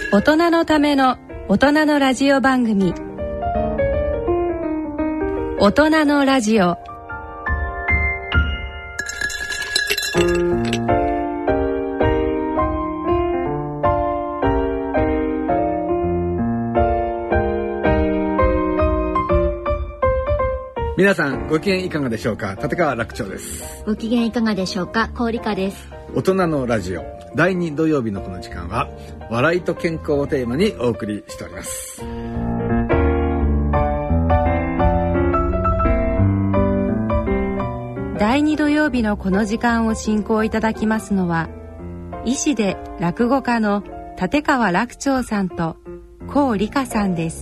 大人のための大人のラジオ番組、大人のラジオ。 皆さんご機嫌いかがでしょうか。立川楽長です。 ご機嫌いかがでしょうか。高理香です。 大人のラジオ第2土曜日のこの時間は笑いと健康をテーマにお送りしております。 第2土曜日のこの時間を進行いただきますのは、医師で落語家の立川楽長さんと高理香さんです。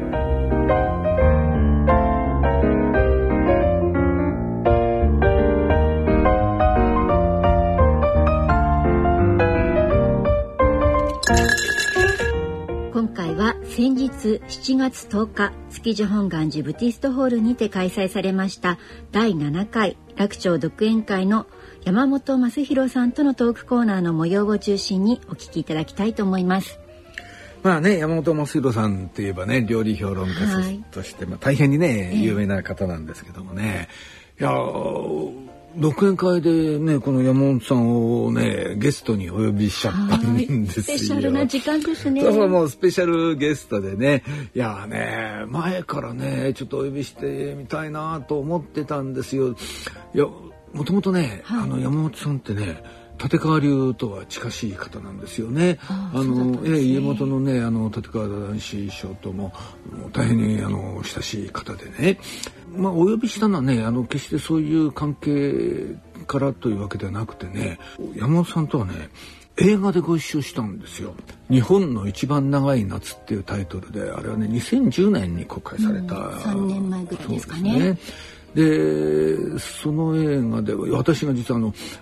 今回は先日7月10日築地本願寺ブティストホールにて開催されました第7回楽長独演会の山本正弘さんとのトークコーナーの模様を中心にお聞きいただきたいと思います。 まあね、山本正弘さんといえばね、料理評論家として、大変にね、有名な方なんですけどもね、いや独演会でね、この山本さんをねゲストにお呼びしちゃったんですよ。 スペシャルな時間ですね。 そうもうスペシャルゲストでね、いやね、前からねちょっとお呼びしてみたいなと思ってたんですよ。いや、もともとね、山本さんってね、立川流とは近しい方なんですよね。家元のね、立川談志師匠とも大変に親しい方でね、お呼びしたのはね、決してそういう関係からというわけではなくてね、山本さんとはね映画でご一緒したんですよ。日本の一番長い夏っていうタイトルで、あれはね2010年に公開された、 3年前ぐらいですかね。 でその映画で私が実は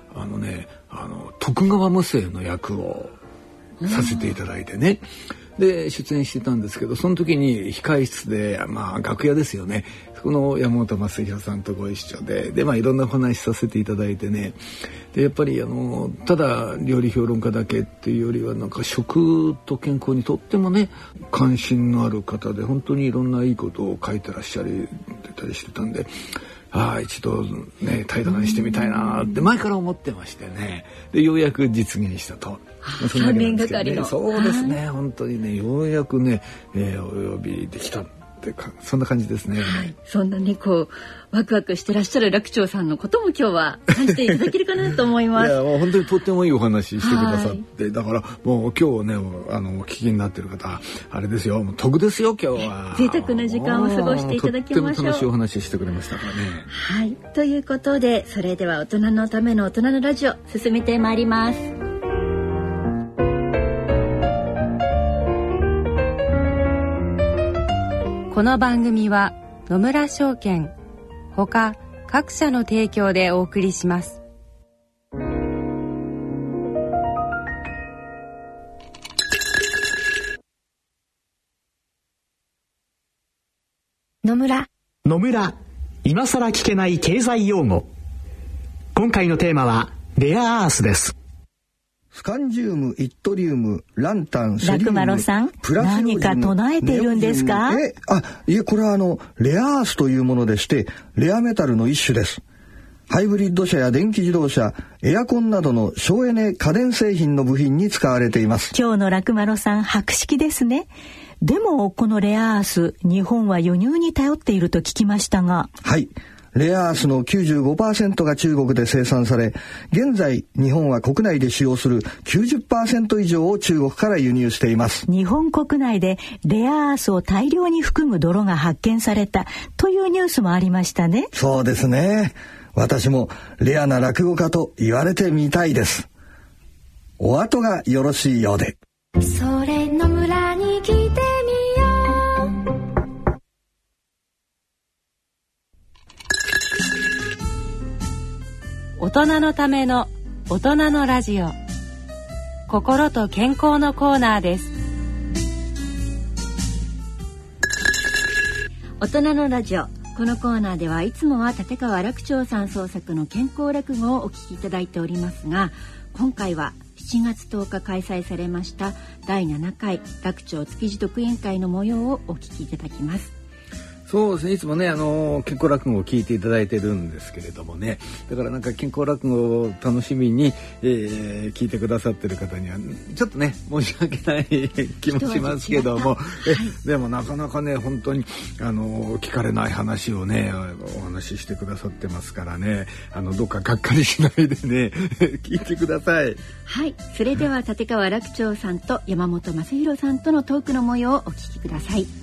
徳川無生の役をさせていただいてね、で出演してたんですけど、その時に控室で楽屋ですよね、そこの山本正弘さんとご一緒でいろんなお話させていただいてね、でやっぱりただ料理評論家だけっていうよりは、なんか食と健康にとってもね関心のある方で、本当にいろんないいことを書いてらっしゃりたりしてたんで、一度ね対談してみたいなって前から思ってましてね、でようやく実現したと。 3年がかりの。 そうですね、本当にねようやくね、お呼びできたってそんな感じですね。 そんなねワクワクしてらっしゃる楽長さんのことも今日は感じていただけるかなと思います。 いやもう本当にとってもいいお話してくださって、だからもう今日ねお聞きになってる方あれですよ、もう得ですよ今日は。 贅沢な時間を過ごしていただきましょう。 とっても楽しいお話してくれましたからね。 ということで、それでは大人のための大人のラジオ進めてまいります。 この番組は野村証券ほか各社の提供でお送りします。 野村、今さら聞けない経済用語。今回のテーマはレアアースです。 スカンジウム、イットリウム、ランタン、セリウム、 楽丸さん、何か唱えているんですか？ いえ、これはレアアースというものでして、レアメタルの一種です。ハイブリッド車や電気自動車、エアコンなどの省エネ家電製品の部品に使われています。 今日の楽丸さん、博識ですね。でもこのレアアース、日本は輸入に頼っていると聞きましたが。 はい、レアアースの 95% が中国で生産され、現在日本は国内で使用する 90% 以上を中国から輸入しています。 日本国内でレアアースを大量に含む泥が発見されたというニュースもありましたね。 そうですね、私もレアな落語家と言われてみたいです。お後がよろしいようで。 それの村に来てみよう。 大人のための大人のラジオ、心と健康のコーナーです。 大人のラジオ、このコーナーではいつもは立川楽長さん創作の健康落語をお聞きいただいておりますが、今回は 7月10日開催されました第7回楽町築地独演会の模様をお聞きいただきます。 そうですね、いつもね健康落語を聞いていただいてるんですけれどもね、だからなんか健康落語を楽しみに、聞いてくださってる方にはちょっとね申し訳ない気もしますけども、でもなかなかね本当に聞かれない話をねお話ししてくださってますからね、どうかがっかりしないでね聞いてください。 はい、それでは立川楽長さんと山本正弘さんとのトークの模様をお聞きください。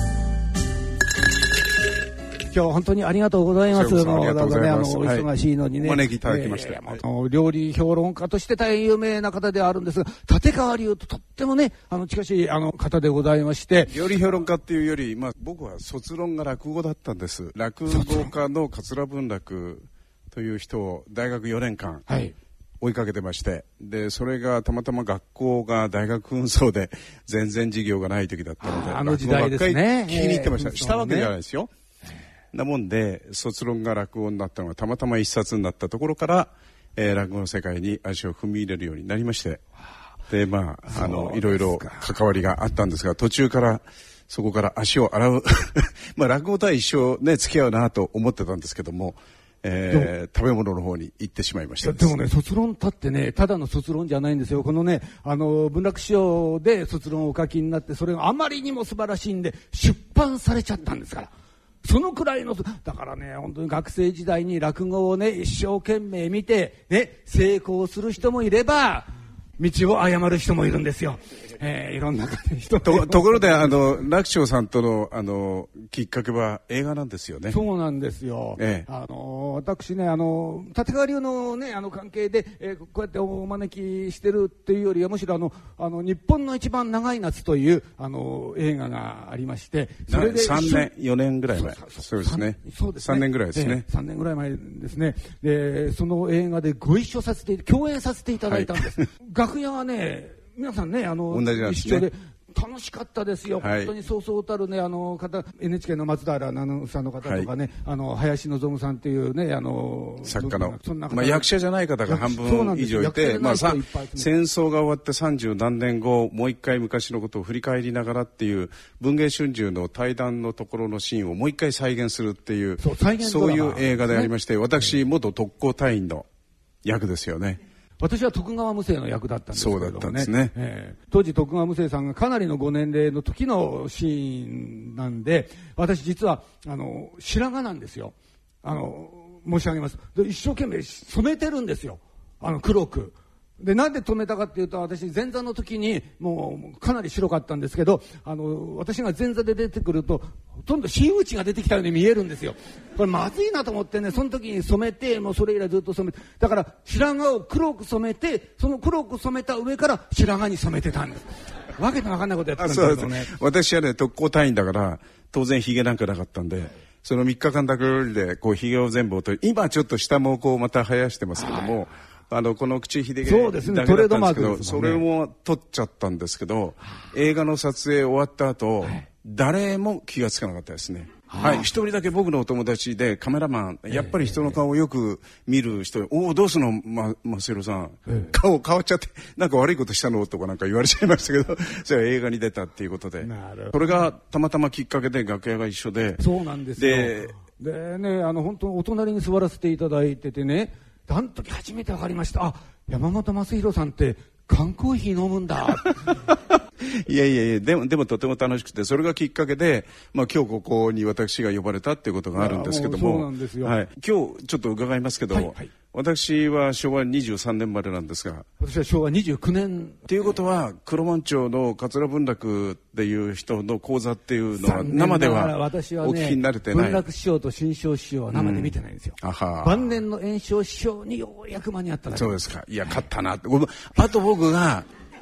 今日本当にありがとうございます。 ありがとうございます。 お忙しいのにね、 お招きいただきまして、 料理評論家として大変有名な方であるんですが、立川流ととってもね近しい方でございまして、 料理評論家っていうより、僕は卒論が落語だったんです。落語家の桂文楽という人を大学4年間、追いかけてまして、でそれがたまたま学校が大学紛争で全然授業がない時だったので、 時代ですね、 落語ばっかり聞きに行ってました。したわけじゃないですよ。なもんで卒論が落語になったのがたまたま一冊になったところから、落語の世界に足を踏み入れるようになりまして、でいろいろ関わりがあったんですが、途中からそこから足を洗う落語とは一生ね付き合うなと思ってたんですけども、食べ物の方に行ってしまいました。 でもね、卒論だってねただの卒論じゃないんですよ。このね文楽師匠で卒論をお書きになって、それがあまりにも素晴らしいんで出版されちゃったんですから。そのくらいの、だからね本当に学生時代に落語をね一生懸命見てね成功する人もいれば道を誤る人もいるんですよ。いろんな人ところで楽長さんとのきっかけは映画なんですよね。 そうなんですよ。私ね立川流のね関係で、こうやってお招きしてるっていうよりは、むしろ日本の一番長い夏という映画がありまして、それで 3年4年ぐらい前。そうですね。3年ぐらいですね。 3年ぐらい前ですね。でその映画でご一緒させて共演させていただいたんです。楽屋はね皆さんね同じなんですね。 一緒で楽しかったですよ。本当にそうそうたるね方、 NHK の松平アナウンサーの方とかね、林望さんっていうね作家の役者じゃない方が半分以上いて、戦争が終わって30何年後もう一回昔のことを振り返りながらっていう文藝春秋の対談のところのシーンをもう一回再現するっていう、そういう映画でありまして、私元特攻隊員の役ですよね。 私は徳川無生の役だったんですけどもね。 そうだったんですね。 当時徳川無生さんがかなりのご年齢の時のシーンなんで、私実は白髪なんですよ。申し上げます。で一生懸命染めてるんですよ。黒く。でなんで止めたかっていうと、私前座の時にもうかなり白かったんですけど、私が前座で出てくるとほとんど真打ちが出てきたように見えるんですよ。これまずいなと思ってね、その時に染めて、もうそれ以来ずっと染めて、だから白髪を黒く染めて、その黒く染めた上から白髪に染めてたんです。わけのわかんないことやってたんですけどね。 私はね特攻隊員だから当然ヒゲなんかなかったんで、その3日間だけでこうヒゲを全部取り、今ちょっと下もこうまた生やしてますけども、この口ひげだけだったんですけど、それも取っちゃったんですけど、映画の撮影終わった後、誰も気がつかなかったですね。一人だけ僕のお友達でカメラマン、やっぱり人の顔をよく見る人、おおどうすのマセロさん、顔変わっちゃってなんか悪いことしたのとかなんか言われちゃいましたけどそれは映画に出たっていうことで、それがたまたまきっかけで楽屋が一緒で。 そうなんですよ。でね本当お隣に座らせていただいててね、あの時初めて分かりました。山本正弘さんって缶コーヒー飲むんだいやでもとても楽しくて、それがきっかけで、今日ここに私が呼ばれたっていうことがあるんですけども、 そうなんですよ。 今日ちょっと伺いますけど、私は昭和23年までなんですが、 私は昭和29年っていうことは黒門町の桂文楽っていう人の講座っていうのは生ではお聞きになれてない。 文楽師匠と新章師匠は生で見てないんですよ。晩年の圓生師匠にようやく間に合っただけ。 そうですか。いや勝ったなって。あと僕が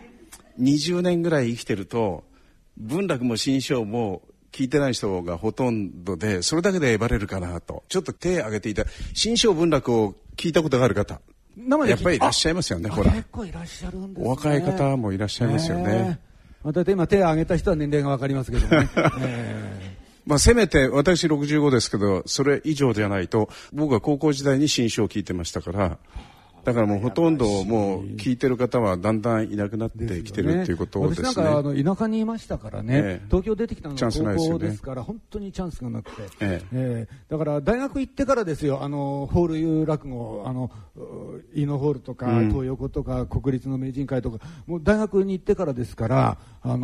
20年ぐらい生きてると文楽も新章も聞いてない人がほとんどで、それだけで選ばれるかなと。ちょっと手を挙げていた新章文楽を聞いたことがある方やっぱりいらっしゃいますよね。ほら結構いらっしゃるんですね。 お若い方もいらっしゃいますよね。 だって今手を挙げた人は年齢が分かりますけどねせめて私65ですけどそれ以上じゃないと。僕は高校時代に新章を聞いてましたから、 だからもうほとんどもう聞いてる方はだんだんいなくなってきてるっていうことですね。 私なんか田舎にいましたからね、東京出てきたのが高校ですから、本当にチャンスがなくて、だから大学行ってからですよ、ホール有落語、飯野ホールとか、東横とか国立の名人会とか、もう大学に行ってからですから、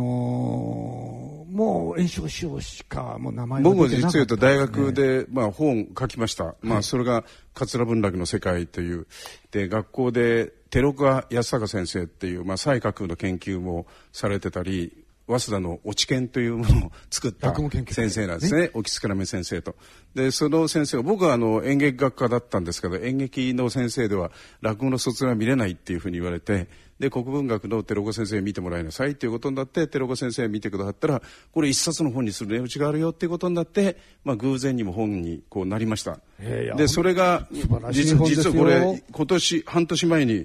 もう演唱師匠しかもう名前が出てなかったですね。 僕も実を言うと大学で、本書きました。それが桂文楽の世界というで、学校で寺岡康隆先生っていう、蔡佳空の研究もされてたり、早稲田の落研というものを作った先生なんですね。沖津倉目先生と。で、その先生は、僕は演劇学科だったんですけど、演劇の先生では落語の卒は見れないっていうふうに言われて、で、国文学の寺岡先生見てもらいなさいっていうことになって、寺岡先生見てくださったら、これ一冊の本にする値打ちがあるよっていうことになって、偶然にも本にこうなりました。で、それが実はこれ今年半年前に、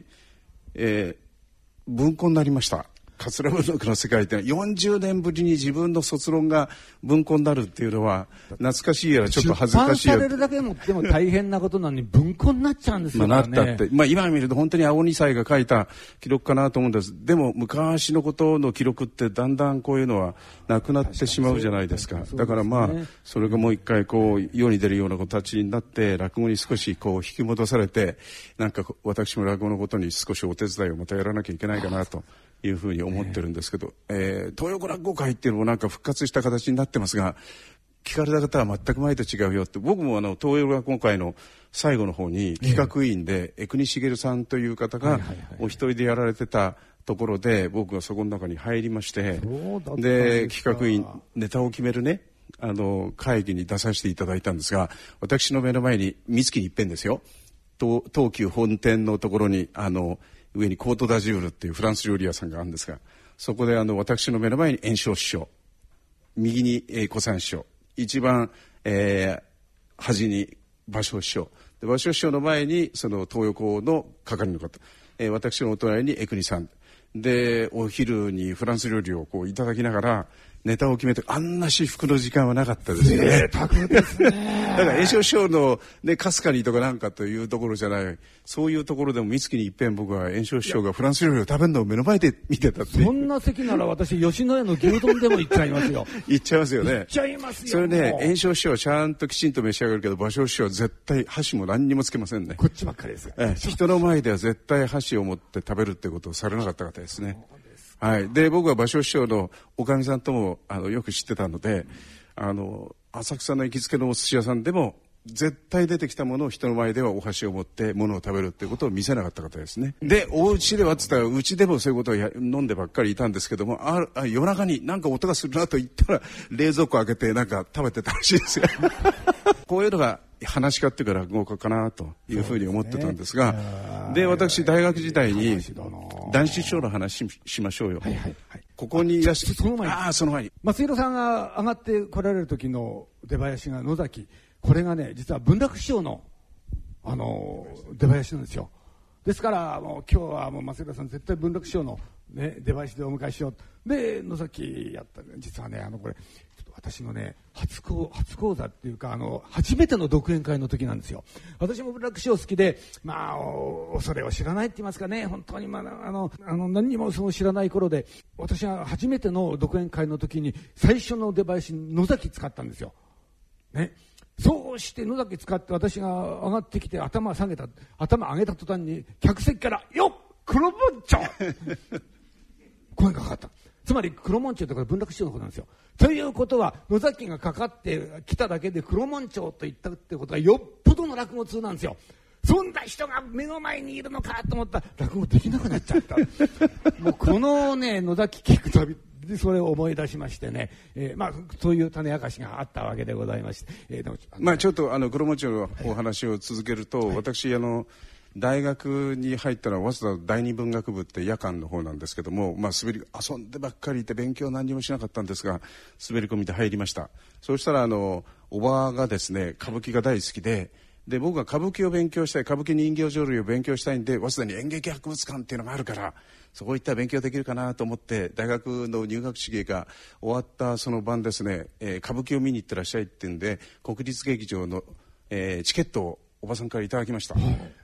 文庫になりました。桂文楽の世界って40年ぶりに自分の卒論が文庫になるっていうのは懐かしいやらちょっと恥ずかしいやら。 出版されるだけでも大変なことなのに文庫になっちゃうんですよね。 なったって、今見ると本当に青二才が書いた記録かなと思うんです。でも昔のことの記録ってだんだんこういうのはなくなってしまうじゃないですか。だからそれがもう一回こう世に出るような形になって落語に少しこう引き戻されて、なんか私も落語のことに少しお手伝いをまたやらなきゃいけないかなというふうに思ってるんですけど、東横落語会っていうのもなんか復活した形になってますが、聞かれた方は全く前と違うよって。僕も東横落語会の最後の方に企画委員で江国茂さんという方がお一人でやられてたところで、僕がそこの中に入りまして、で企画委員ネタを決めるね会議に出させていただいたんですが、私の目の前に三月に一遍ですよ、東急本店のところに上にコートダジュールっていうフランス料理屋さんがあるんですが、そこで私の目の前に圓生師匠、右に小三師匠、一番、端に芭蕉師匠で、芭蕉師匠の前にその東横の係の方、私のお隣に江国さんで、お昼にフランス料理をこういただきながらネタを決めて、あんな至福の時間はなかったですよね。 贅沢ですね。 だから圓生師匠のね、かすかにとかなんかというところじゃない、そういうところでも三月に一遍僕は圓生師匠がフランス料理を食べるのを目の前で見てたっていう。 そんな席なら私吉野家の牛丼でも行っちゃいますよ。 行っちゃいますよね。 行っちゃいますよ。 それね、圓生師匠はちゃんときちんと召し上がるけど、芭蕉師匠は絶対箸も何にもつけませんね。 こっちばっかりですが、 人の前では絶対箸を持って食べるってことをされなかった方ですね。はい。で、僕は芭蕉師匠のおかみさんともよく知ってたので、浅草の行きつけのお寿司屋さんでも絶対出てきたものを人の前ではお箸を持ってものを食べるっていうことを見せなかった方ですね。で、お家ではって言ったら、うちでもそういうことを飲んでばっかりいたんですけども、夜中になんか音がするなと言ったら冷蔵庫開けてなんか食べてたらしいですよ。こういうのが話し家っていうか落語家かなというふうに思ってたんですが、で、私大学時代に談志師匠の話しましょうよ。ここにいらっしゃる。その前に松弘さんが上がって来られる時の出囃子が野崎、これがね、実は文楽師匠の出囃子なんですよ。ですからもう今日はもう松弘さん絶対文楽師匠のね出囃子でお迎えしよう。で野崎やった。実はねこれ私のね初講座っていうか初めての独演会の時なんですよ。私も文楽師匠好きで、恐れを知らないって言いますかね、本当に何にもその知らない頃で、私が初めての独演会の時に最初の出囃子に野崎使ったんですよ。ね。そうして野崎使って私が上がってきて頭上げた途端に客席から「よっ黒門長!」声がかかった。つまり黒門長というか文楽師匠のことなんですよ。ということは野崎がかかってきただけで黒門長と言ったってことはよっぽどの落語通なんですよ。そんな人が目の前にいるのかと思ったら落語できなくなっちゃった。もうこのね野崎聞くたびでそれを思い出しましてね、そういう種明かしがあったわけでございまして、 ちょっと黒門長のお話を続けると、私大学に入ったのは早稲田第二文学部って夜間の方なんですけども、遊んでばっかりいて勉強何にもしなかったんですが、滑り込みで入りました。そうしたらおばがですね歌舞伎が大好きで、僕が歌舞伎を勉強したい、歌舞伎人形浄瑠璃を勉強したいんで、早稲田に演劇博物館っていうのがあるからそこ行ったら勉強できるかなと思って、大学の入学式が終わったその晩ですね、歌舞伎を見に行ってらっしゃいってんで国立劇場の、チケットをおばさんからいただきました。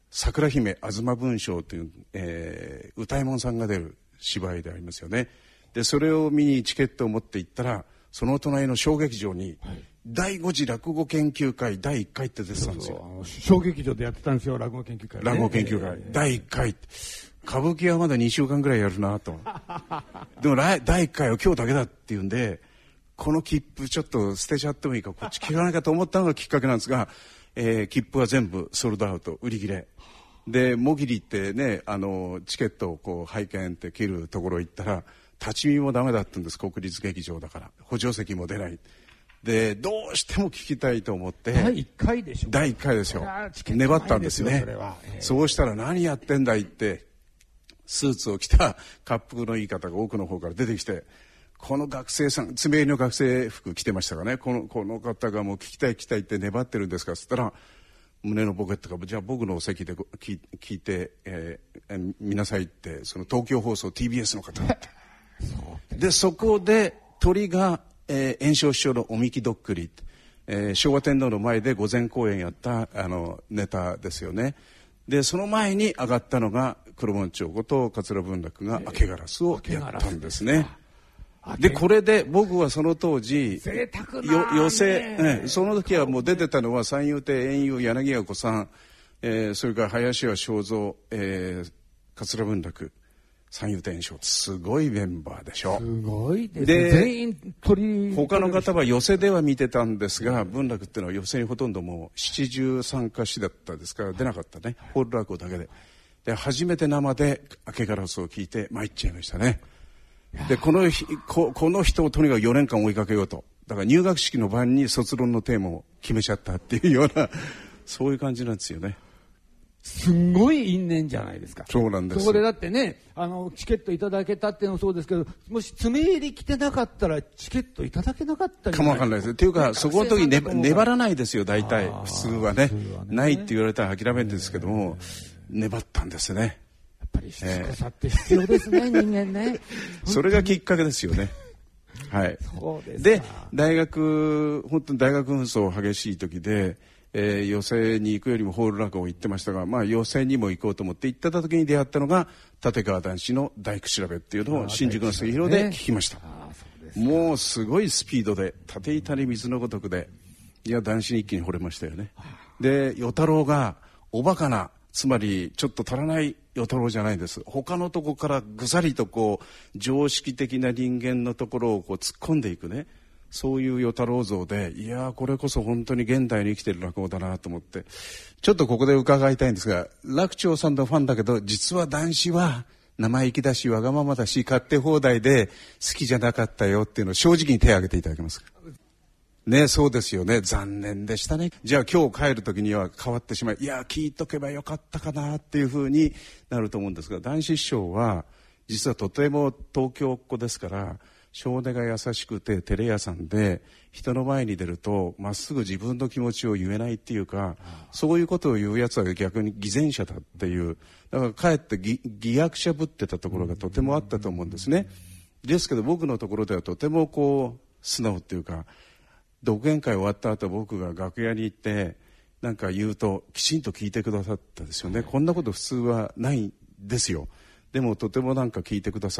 桜姫吾妻文章という、歌右衛門さんが出る芝居でありますよね。でそれを見にチケットを持って行ったら、その隣の小劇場に、第5次落語研究会第1回って出てたんですよ。 小劇場でやってたんですよ、落語研究会、ね、 落語研究会、第1回。歌舞伎はまだ2週間ぐらいやるなとでも第1回は今日だけだっていうんで、この切符ちょっと捨てちゃってもいいか、こっち切らないかと思ったのがきっかけなんですが、切符は全部ソールドアウト、売り切れで、もぎりってね、チケットをこう拝見って切るところ行ったら、立ち見もダメだったんです。国立劇場だから補助席も出ないで、どうしても聞きたいと思って、 第1回でしょ。 第1回ですよ。粘ったんですね。そうしたら、何やってんだいって、スーツを着た恰幅のいい方が奥の方から出てきて、この学生さん、爪入りの学生服着てましたかね、この方がもう聞きたいって粘ってるんですかっつったら、胸のポケットから、じゃあ僕のお席で聞いて、見なさいって、その東京放送 TBS の方で、そこで鳥が、圓生師匠のおみきどっくり、昭和天皇の前で御前公演やったネタですよね。でその前に上がったのが黒門長子と桂文楽が明けガラスをやったんですね。でこれで僕はその当時寄席、その時はもう出てたのは三遊亭円遊柳家子さん、それから林家正蔵、桂文楽、三遊亭圓生、すごいメンバーでしょ。 すごいですね。 で全員他の方は寄席では見てたんですが、文楽っていうのは寄席にほとんどもう七十三歌詞だったですから出なかったね、ホール落語だけで。で初めて生で明けガラスを聞いて参っちゃいましたね。でこの人をとにかく4年間追いかけようと、だから入学式の晩に卒論のテーマを決めちゃったっていうようなそういう感じなんですよね。 すんごい因縁じゃないですか。 そうなんです。 そこでだってね、チケットいただけたっていうのもそうですけど、もし爪入り来てなかったらチケットいただけなかったかもわかんないです。っていうかそこの時粘らないですよ、大体普通はね。ないって言われたら諦めるんですけども、粘ったんですね。 やっぱりしつこさって必要ですね、人間ね。 それがきっかけですよね。はい。で本当に大学紛争激しい時で、寄席に行くよりもホール落語行ってましたが、寄席にも行こうと思って行ってた時に出会ったのが立川談志の大工調べっていうのを新宿の末広で聞きました。もうすごいスピードで縦板に水のごとくで、いや談志に一気に惚れましたよね。で与太郎がおバカな、つまりちょっと足らない与太郎じゃないです。他のとこからぐさりとこう常識的な人間のところをこう突っ込んでいくね、そういう与太郎像で、いやこれこそ本当に現代に生きてる落語だなと思って、ちょっとここで伺いたいんですが、楽長さんのファンだけど実は談志は生意気だしわがままだし勝手放題で好きじゃなかったよっていうのを正直に手を挙げていただけますかね。そうですよね、残念でしたね。じゃあ今日帰る時には変わってしまい、いや聞いとけばよかったかなっていうふうになると思うんですが、談志師匠は実はとても東京っ子ですから、性根が優しくて照れ屋さんで、人の前に出るとまっすぐ自分の気持ちを言えないっていうか、そういうことを言うやつは逆に偽善者だっていう、だからかえって偽悪者ぶってたところがとてもあったと思うんですね。ですけど僕のところではとてもこう素直っていうか、独演会終わった後僕が楽屋に行ってなんか言うときちんと聞いてくださったですよね。こんなこと普通はないんですよ。でもとてもなんか聞いてくださって、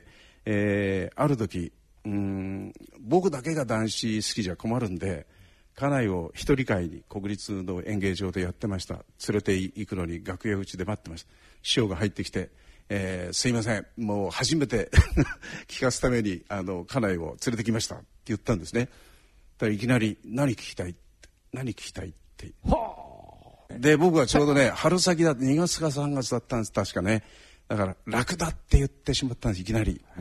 ある時僕だけが談志好きじゃ困るんで、家内を一人会に国立の演芸場でやってました。連れて行くのに楽屋口で待ってました。師匠が入ってきて、すいませんもう初めて聞かすために家内を連れてきましたって言ったんですね。だからいきなり何聞きたいってで、僕はちょうどね春先だって2月か3月だったんです確かね。だから楽だって言ってしまったんです。いきなり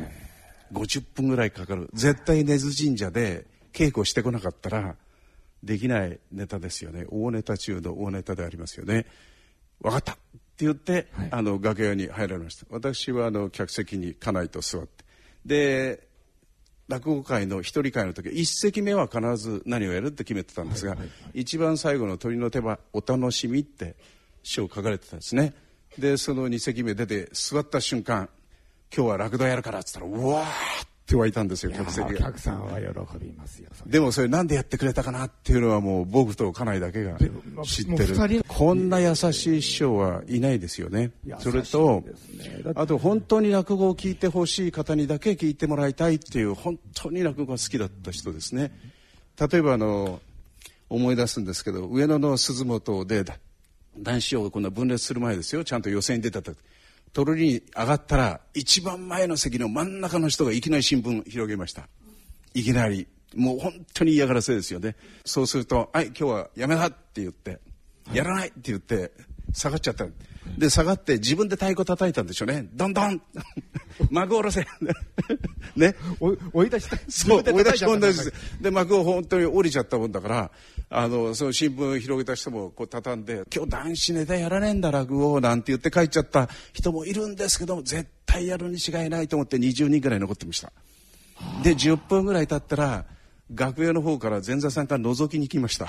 50分ぐらいかかる、絶対根津神社で稽古してこなかったらできないネタですよね。大ネタ中の大ネタでありますよね。分かったって言って、楽屋に入られました。私は客席に家内と座って、で落語会の一人会の時一席目は必ず何をやるって決めてたんですが、一番最後の鳥の手はお楽しみって詩を書かれてたんですね。でその2席目出て座った瞬間、今日は落語やるからって言ったら、うわーっって湧いたんですよ、客席が。 お客さんは喜びますよ。 でもそれなんでやってくれたかなっていうのはもう僕と家内だけが知ってる。こんな優しい師匠はいないですよね。それとあと本当に落語を聞いてほしい方にだけ聞いてもらいたいっていう本当に落語が好きだった人ですね。例えば思い出すんですけど、上野の鈴本で談志師匠がこんな分裂する前ですよ、ちゃんと予選に出たとトロリに上がったら一番前の席の真ん中の人がいきなり新聞広げました。いきなりもう本当に嫌がらせですよね。そうすると「はい今日はやめな」って言って「やらない」って言って下がっちゃった。で下がって自分で太鼓叩いたんでしょうね。どんどん幕を下ろせね、 追い出した。 そう追い出し込んだんです。で幕を本当に降りちゃったもんだからその新聞広げた人もこう畳んで「今日男子ネタやらねえんだ落語」なんて言って帰っちゃった人もいるんですけども、絶対やるに違いないと思って20人ぐらい残ってました。で10分ぐらい経ったら楽屋の方から前座さんから覗きに来ました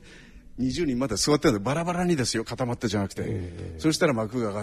20人まだ座ってるんでバラバラにですよ、固まってじゃなくて、そしたら幕が上がって、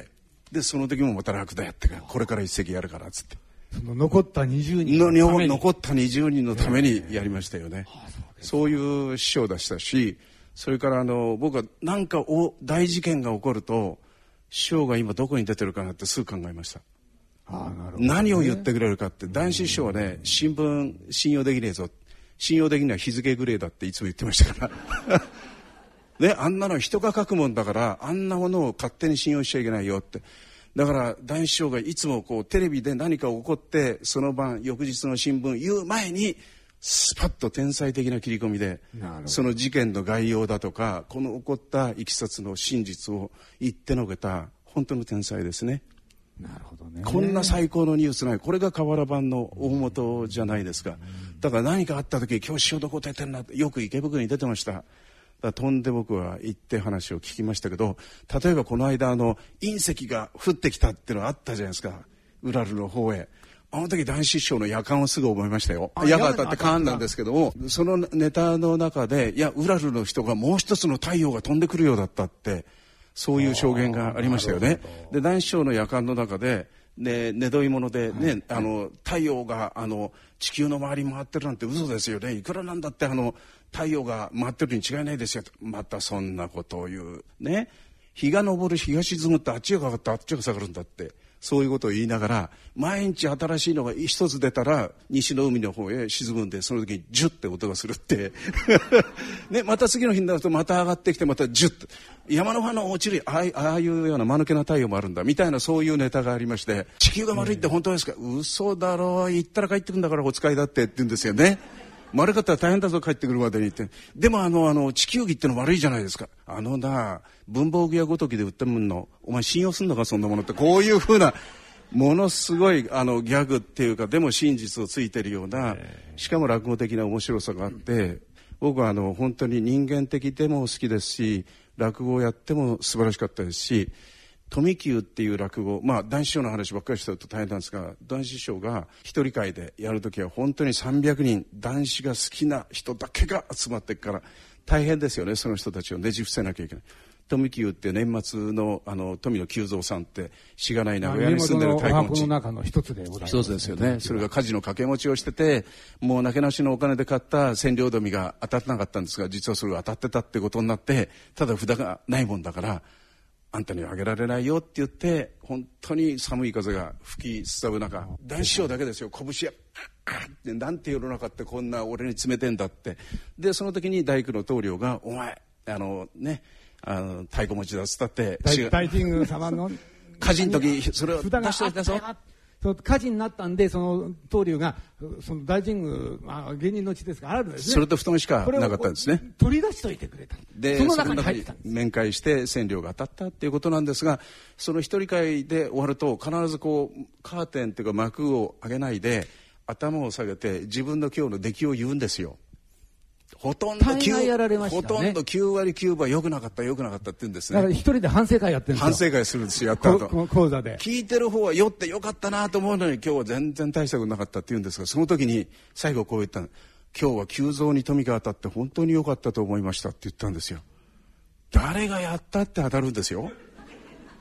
でその時もまた楽だやってこれから一席やるからっつって、 その残った20人の残った20人のためにやりましたよね。そういう師匠でしたし、それから僕は何か大事件が起こると師匠が今どこに出てるかなってすぐ考えました。 なるほどね。 何を言ってくれるかって。談志師匠はね、新聞信用できねえぞ、信用できない日付グレーだっていつも言ってましたからね、あんなの人が書くもんだから、あんなものを勝手に信用しちゃいけないよって。だから談志師匠がいつもこうテレビで何か起こってその晩翌日の新聞言う前にスパッと天才的な切り込みでその事件の概要だとかこの起こったいきさつの真実を言ってのけた本当の天才ですね。 なるほどね。 こんな最高のニュースない。これが瓦版の大元じゃないですか。だから何かあった時、今日師匠どこ出てんなって、よく池袋に出てました。だから飛んで僕は行って話を聞きましたけど、例えばこの間隕石が降ってきたっていうのがあったじゃないですか、ウラルの方へ。あの時談志師匠の夜間をすぐ覚えましたよ。夜が当たってカーンなんですけども、そのネタの中で、いやウラルの人がもう一つの太陽が飛んでくるようだったって、そういう証言がありましたよね。で談志師匠の夜間の中で、ね、寝どいものでね、太陽が地球の周り回ってるなんて嘘ですよね。いくらなんだって太陽が回ってるに違いないですよ。またそんなことを言うね。日が昇る日が沈むってあっちがかかってあっちが下がるんだって、そういうことを言いながら、毎日新しいのが一つ出たら西の海の方へ沈むんで、その時にジュッて音がするってね、また次の日になるとまた上がってきてまたジュッて、山の花落ちるああいうような間抜けな太陽もあるんだみたいな、そういうネタがありまして、地球が丸いって本当ですか、嘘だろう、行ったら帰ってくるんだからお使いだってって言うんですよね。丸かったら大変だぞ帰ってくるまでにって。でも地球儀っての悪いじゃないですか。文房具屋ごときで売ってもんのお前信用すんのかそんなものって、こういうふうなものすごいギャグっていうか、でも真実をついてるような、しかも落語的な面白さがあって、僕は本当に人間的でも好きですし、落語をやっても素晴らしかったですし、富久っていう落語、談志師匠の話ばっかりしてると大変なんですが、談志師匠が一人会でやるときは本当に300人談志が好きな人だけが集まってっから大変ですよね。その人たちをねじ伏せなきゃいけない。富久って年末の富野久蔵さんってしがない名古屋に住んでる太鼓持ちの中の一つでございます。一つですよね。それが火事の掛け持ちをしてて、もうなけなしのお金で買った千両富が当たってなかったんですが、実はそれが当たってたってことになって、ただ札がないもんだからあんたにはあげられないよって言って、本当に寒い風が吹きすさぶ中、談志師匠だけですよ、拳やってなんて世の中ってこんな俺に詰めてんだって。でその時に大工の棟梁が、お前太鼓持ちだっつったって大神宮様の火事の時それを出しといたぞ。 火事になったんで、その棟梁がその大神宮、芸人の地ですからあるんですね。 それと布団しかなかったんですね。 取り出しといてくれた。 でその中に入ってたんです。面会して千両が当たったっていうことなんですが、その一人会で終わると必ずこうカーテンっていうか幕を上げないで頭を下げて自分の今日の出来を言うんですよ。ほとんど9割9分良くなかった良くなかったって言うんですね。 だから一人で反省会やってるんですよ。 反省会するんですよ、やった後講座で。 聞いてる方は酔ってよかったなと思うのに、今日は全然大したことなかったって言うんですが、その時に最後こう言ったの。今日は久蔵に富が当たって本当に良かったと思いましたって言ったんですよ。誰がやったって当たるんですよ。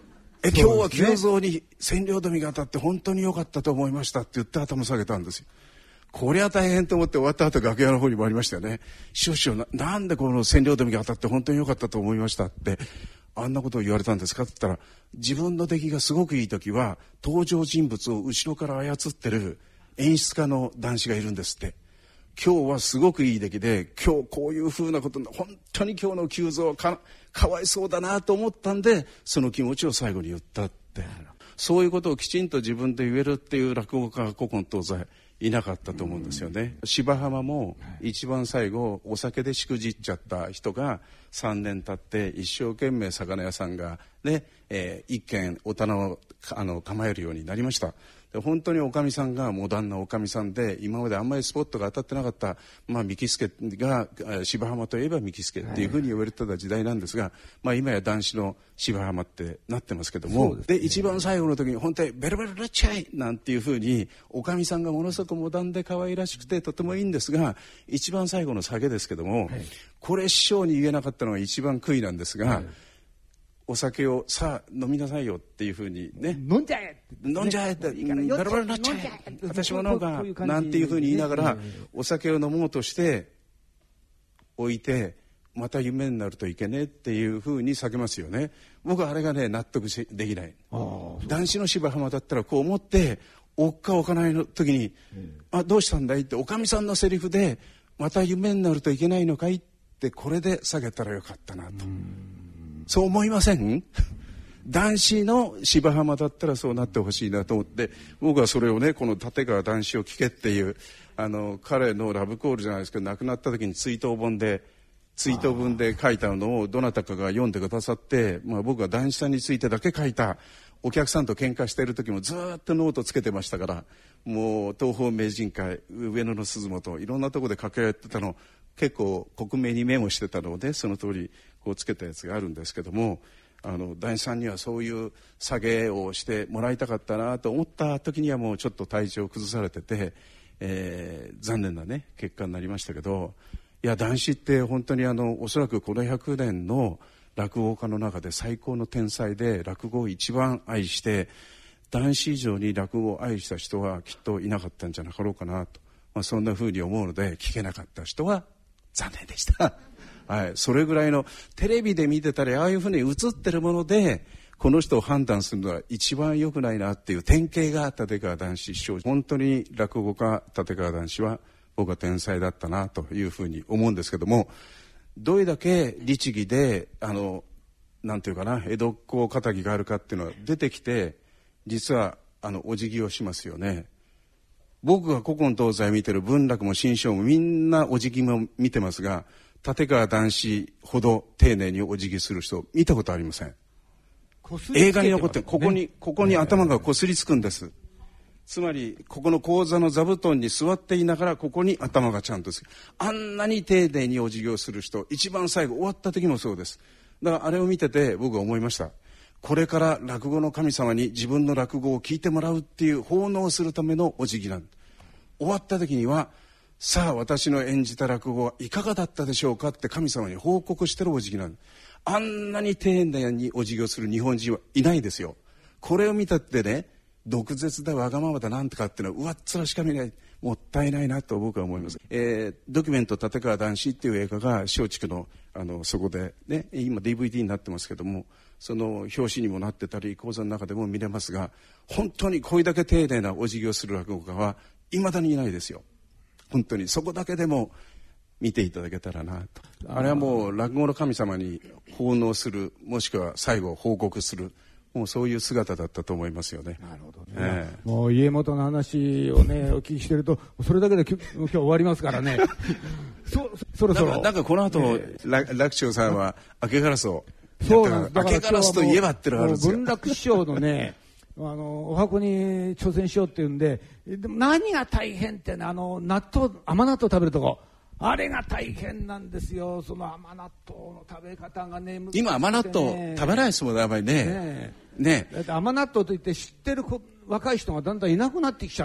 今日は久蔵に千両富が当たって本当に良かったと思いましたって言って頭下げたんですよ。こりゃ大変と思って終わった後楽屋の方にもありましたよね。師匠なんでこの千両富が当たって本当に良かったと思いましたってあんなことを言われたんですかって言ったら、自分の出来がすごくいい時は登場人物を後ろから操ってる演出家の男子がいるんですって。今日はすごくいい出来で、今日こういう風なこと、本当に今日の久蔵はかわいそうだなと思ったんで、その気持ちを最後に言ったって。そういうことをきちんと自分で言えるっていう落語家が古今東西いなかったと思うんですよね。芝浜も一番最後お酒でしくじっちゃった人が3年経って一生懸命魚屋さんがね、一軒お棚を構えるようになりました。本当におかみさんがモダンなおかみさんで、今まであんまりスポットが当たってなかった、三木助が芝浜といえば三木助っていうふうに言われてた時代なんですが、今や男子の芝浜ってなってますけども、で一番最後の時に本当にベルベルルッチャイなんていうふうにおかみさんがものすごくモダンで可愛らしくてとてもいいんですが、一番最後の下げですけども、これ師匠に言えなかったのが一番悔いなんですが、お酒をさあ飲みなさいよっていうふうにね、飲んじゃえってベロベロになっちゃえ、私も飲むかなんていうふうに言いながらお酒を飲もうとして置いて、また夢になるといけねえっていうふうに避けますよね。僕はあれがね納得できない。男子の芝浜だったらこう思って、おっかおかないの時にどうしたんだいっておかみさんのセリフで、また夢になるといけないのかいって、これで下げたらよかったなと。そう思いません？男子の芝浜だったらそうなってほしいなと思って、僕はそれをね、この立川談志を聞けっていう彼のラブコールじゃないですけど、亡くなった時に追悼文で書いたのをどなたかが読んでくださって、僕は談志さんについてだけ書いた、お客さんと喧嘩している時もずっとノートつけてましたから、もう東宝名人会、上野の鈴本、いろんなところで掛け合ってたの結構克明にメモしてたので、その通りこうつけたやつがあるんですけども、談志さんにはそういう下げをしてもらいたかったなと思った時にはもうちょっと体調を崩されてて、残念なね結果になりましたけど、いや談志って本当におそらくこの100年の落語家の中で最高の天才で、落語を一番愛して、談志以上に落語を愛した人はきっといなかったんじゃなかろうかなと、そんな風に思うので、聞けなかった人は残念でしたはい、それぐらいのテレビで見てたりああいうふうに映ってるものでこの人を判断するのは一番良くないなっていう典型が立川談志師匠。本当に落語家立川談志は僕は天才だったなというふうに思うんですけども、どれだけ律儀でなんていうかな、江戸っ子肩書があるかっていうのは出てきて、実はお辞儀をしますよね。僕が古今東西見てる文楽も新章もみんなお辞儀も見てますが、立川談志ほど丁寧にお辞儀する人見たことありません。映画に残ってここに頭がこすりつくんです。つまりここの講座の座布団に座っていながらここに頭がちゃんとつく。あんなに丁寧にお辞儀をする人、一番最後終わった時もそうです。だからあれを見てて僕は思いました。これから落語の神様に自分の落語を聞いてもらうっていう奉納するためのお辞儀なんだ。終わった時には、さあ私の演じた落語はいかがだったでしょうかって神様に報告してるお辞儀なんだ。あんなに丁寧にお辞儀をする日本人はいないですよ。これを見たってね、毒舌だわがままだなんとかっていうのは上っ面しか見ない、もったいないなと僕は思います。ドキュメント立川談志っていう映画が松竹のそこでね、今 DVD になってますけども、その表紙にもなってたり講座の中でも見れますが、本当にこれだけ丁寧なお辞儀をする落語家は未だにいないですよ。本当にそこだけでも見ていただけたらなと。あれはもう落語の神様に奉納する、もしくは最後報告する、もうそういう姿だったと思いますよね。 なるほどね。もう家元の話をねお聞きしてると、それだけで今日終わりますからね。そろそろ。 なんかこの後、楽長さんは明けガラスを。そうなんです。だから明けガラスといえばってのがあるんですよ。 文楽師匠のね。お箱に挑戦しようっていうんで、でも何が大変ってね、甘納豆食べるとこ、あれが大変なんですよ。その甘納豆の食べ方がね、難しくてね。 今甘納豆食べないですもんね、あまりね。 ね。だって甘納豆といって知ってる若い人がだんだんいなくなってきちゃって。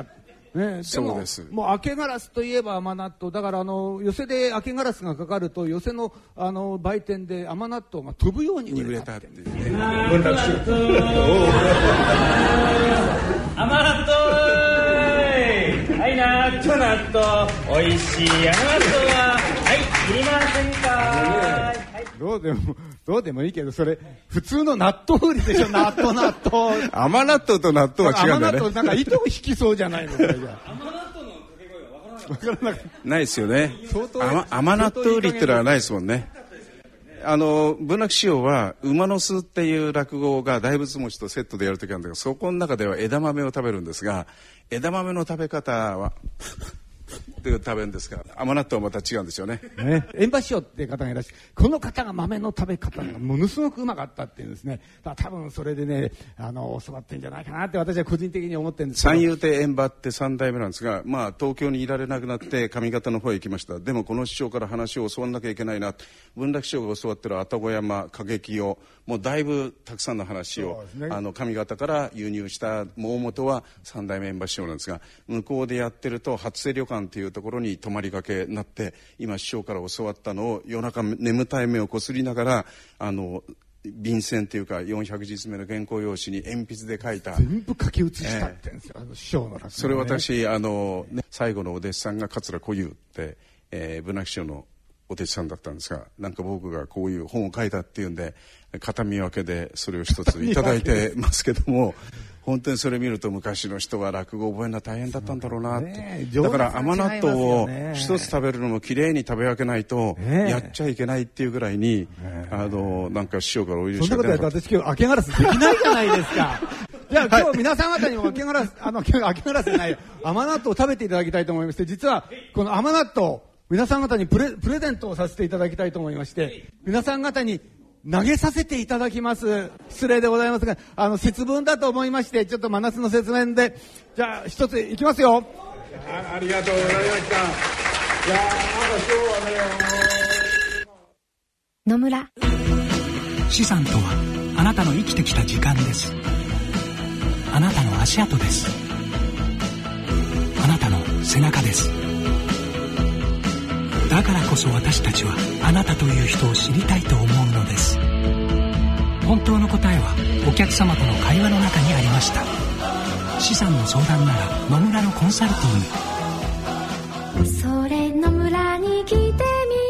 ね、でももう明けガラスといえば甘納豆だから寄席で明けガラスがかかると寄席の売店で甘納豆が飛ぶように売れたっていうね。甘納豆はい納豆おいしい甘納豆ははいいりませんか、はい、 どうでもいいけどそれ普通の納豆売りでしょ。納豆甘納豆と納豆は違うんだね。 甘納豆なんか糸を引きそうじゃないの。甘納豆の掛け声は分からない。ないですよね。甘納豆売りってのはないですもんね。文楽師匠は馬の巣っていう落語が大仏餅とセットでやるときなんだけど、そこの中では枝豆を食べるんですが、枝豆の食べ方はって食べるんですが、甘納豆はまた違うんですよね。 円馬師匠っていう方がいらっしゃる。この方が豆の食べ方がものすごくうまかったっていうんですね。だから多分それでね教わってんじゃないかなって私は個人的に思ってるんですけど。 三遊亭円馬って3代目なんですが、東京にいられなくなって上方の方へ行きました。でもこの師匠から話を教わんなきゃいけないな。文楽師匠が教わってる愛宕山歌劇をもうだいぶたくさんの話を、上方から輸入した大元は3代目円馬師匠なんですが、向こうでやってると初瀬旅館っていうところに泊まりがけになって、今師匠から教わったのを夜中眠たい目をこすりながら便箋というか400字詰めの原稿用紙に鉛筆で書いた全部書き写したって言うんですよ、師匠の落語ね。 それ私最後のお弟子さんが桂小遊って、文楽師匠のお弟子さんだったんですが、なんか僕がこういう本を書いたっていうんで片見分けでそれを一ついただいてますけども本当にそれ見ると昔の人は落語覚えるのは大変だったんだろうなって、だから甘納豆を一つ食べるのもきれいに食べ分けないとやっちゃいけないっていうぐらいになんか師匠からお許しが出なかった。 そんなことやったら私今日明けガラスできないじゃないですか。じゃあ今日皆さん方にも明けガラスじゃないよ、甘納豆を食べていただきたいと思いまして、実はこの甘納豆皆さん方にプレゼントをさせていただきたいと思いまして、皆さん方に投げさせていただきます。失礼でございますが節分だと思いまして、ちょっと真夏の節分でじゃあ一ついきますよ。 ありがとうございました。いやなんか今日はね野村資産とはあなたの生きてきた時間です。あなたの足跡です。あなたの背中です。だからこそ私たちはあなたという人を知りたいと思うのです。本当の答えはお客様との会話の中にありました。資産の相談なら野村のコンサルティング。 それ野村に来てみよ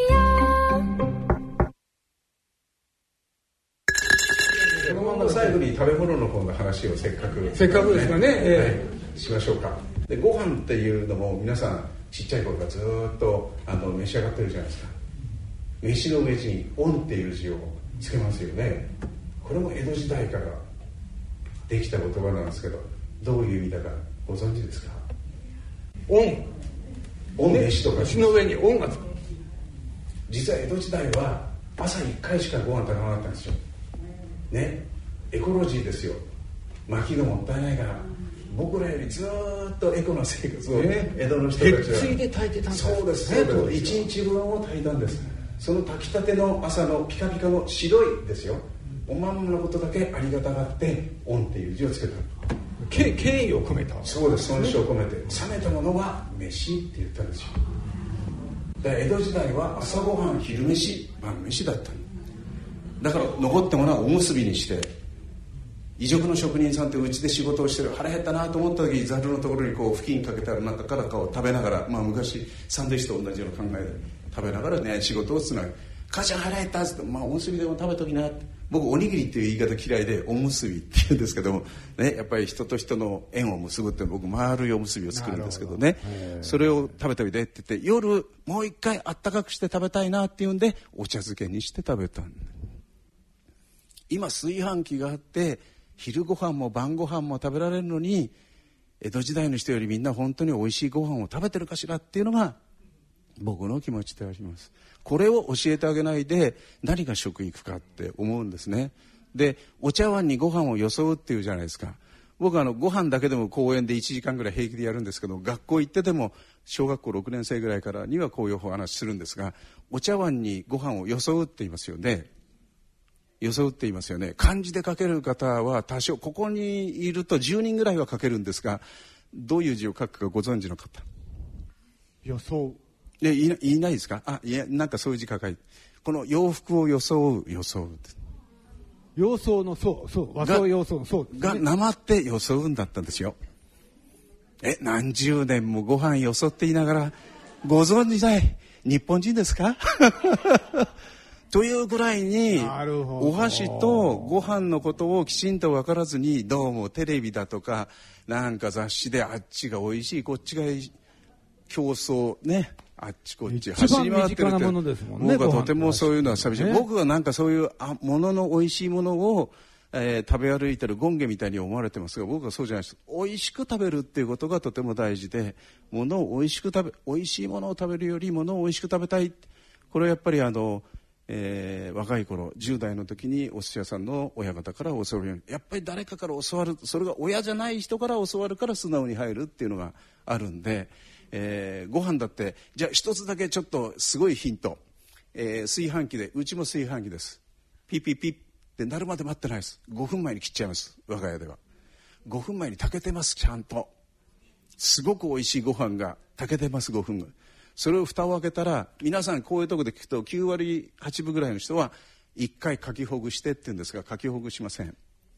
う。このまま最後に食べ物の方の話をせっかくですかね、 しましょうか。でご飯っていうのも皆さんちっちゃい頃からずっと召し上がってるじゃないですか。飯の上に「恩」っていう字をつけますよね。これも江戸時代からできた言葉なんですけど、どういう意味だかご存知ですか？ 恩、 飯とか飯の上に恩がつく。 実は江戸時代は朝1回しかご飯食べなかったんですよね。エコロジーですよ。薪がもったいないから僕らよりずっとエコな生活を江戸の人たちは鉄水で炊いてたんです。 そうですね。1日分を炊いたんです。その炊きたての朝のピカピカの白いですよ、おまんまのことだけありがたがって恩っていう字をつけた。 敬意を込めた。 そうです。尊重を込めて冷めたものは飯って言ったんですよ。で江戸時代は朝ごはん昼飯晩飯だったのだから、残ったものはおむすびにして、異色の職人さんってうちで仕事をしてる、腹減ったなと思った時にざるのところにこう布巾かけたら中からこう食べながら、昔サンドイッチと同じような考えで食べながらね仕事をつなぐ。母ちゃん腹減ったっつって、おむすびでも食べときなって。僕おにぎりっていう言い方嫌いでおむすびって言うんですけどもね、やっぱり人と人の縁を結ぶって僕丸いおむすびを作るんですけどね、それを食べてみてって言って、夜もう一回あったかくして食べたいなっていうんでお茶漬けにして食べた。今炊飯器があって昼ご飯も晩ご飯も食べられるのに、江戸時代の人よりみんな本当に美味しいご飯を食べてるかしらっていうのが僕の気持ちであります。これを教えてあげないで何が食育かって思うんですね。でお茶碗にご飯をよそうっていうじゃないですか。僕ご飯だけでも公園で1時間ぐらい平気でやるんですけど、学校行ってても小学校6年生ぐらいからにはこういうお話するんですが、お茶碗にご飯をよそうって言いますよね。よそうって言いますよね。漢字で書ける方は多少ここにいると10人ぐらいは書けるんですが、 どういう字を書くかご存知の方。 装う。いないですか？いや、なんかそういう字書かい。この洋服を装うって。 洋装の装、和装洋装の装がなまって装うんだったんですよ。何十年もご飯よそっていながら、ご存知ない日本人ですかというぐらいに、お箸とご飯のことをきちんと分からずに、どうもテレビだとかなんか雑誌であっちが美味しいこっちが競争ね、あっちこっち走り回ってるって、僕はとてもそういうのは寂しい、僕はなんかそういうものの美味しいものを食べ歩いてる権化みたいに思われてますが、僕はそうじゃないです。美味しく食べるっていうことがとても大事で、美味しいものを食べるよりものを美味しく食べたい。これはやっぱり若い頃10代の時にお寿司屋さんの親方から教わるように、やっぱり誰かから教わる、それが親じゃない人から教わるから素直に入るっていうのがあるんで、ご飯だってじゃあ一つだけちょっとすごいヒント、炊飯器で、うちも炊飯器です。ピッピッピッってなるまで待ってないです。5分前に切っちゃいます。我が家では5分前に炊けてます。ちゃんとすごく美味しいご飯が炊けてます。5分後それを蓋を開けたら、皆さんこういうところで聞くと9割8分ぐらいの人は1回かきほぐしてって言うんですが、かきほぐしません。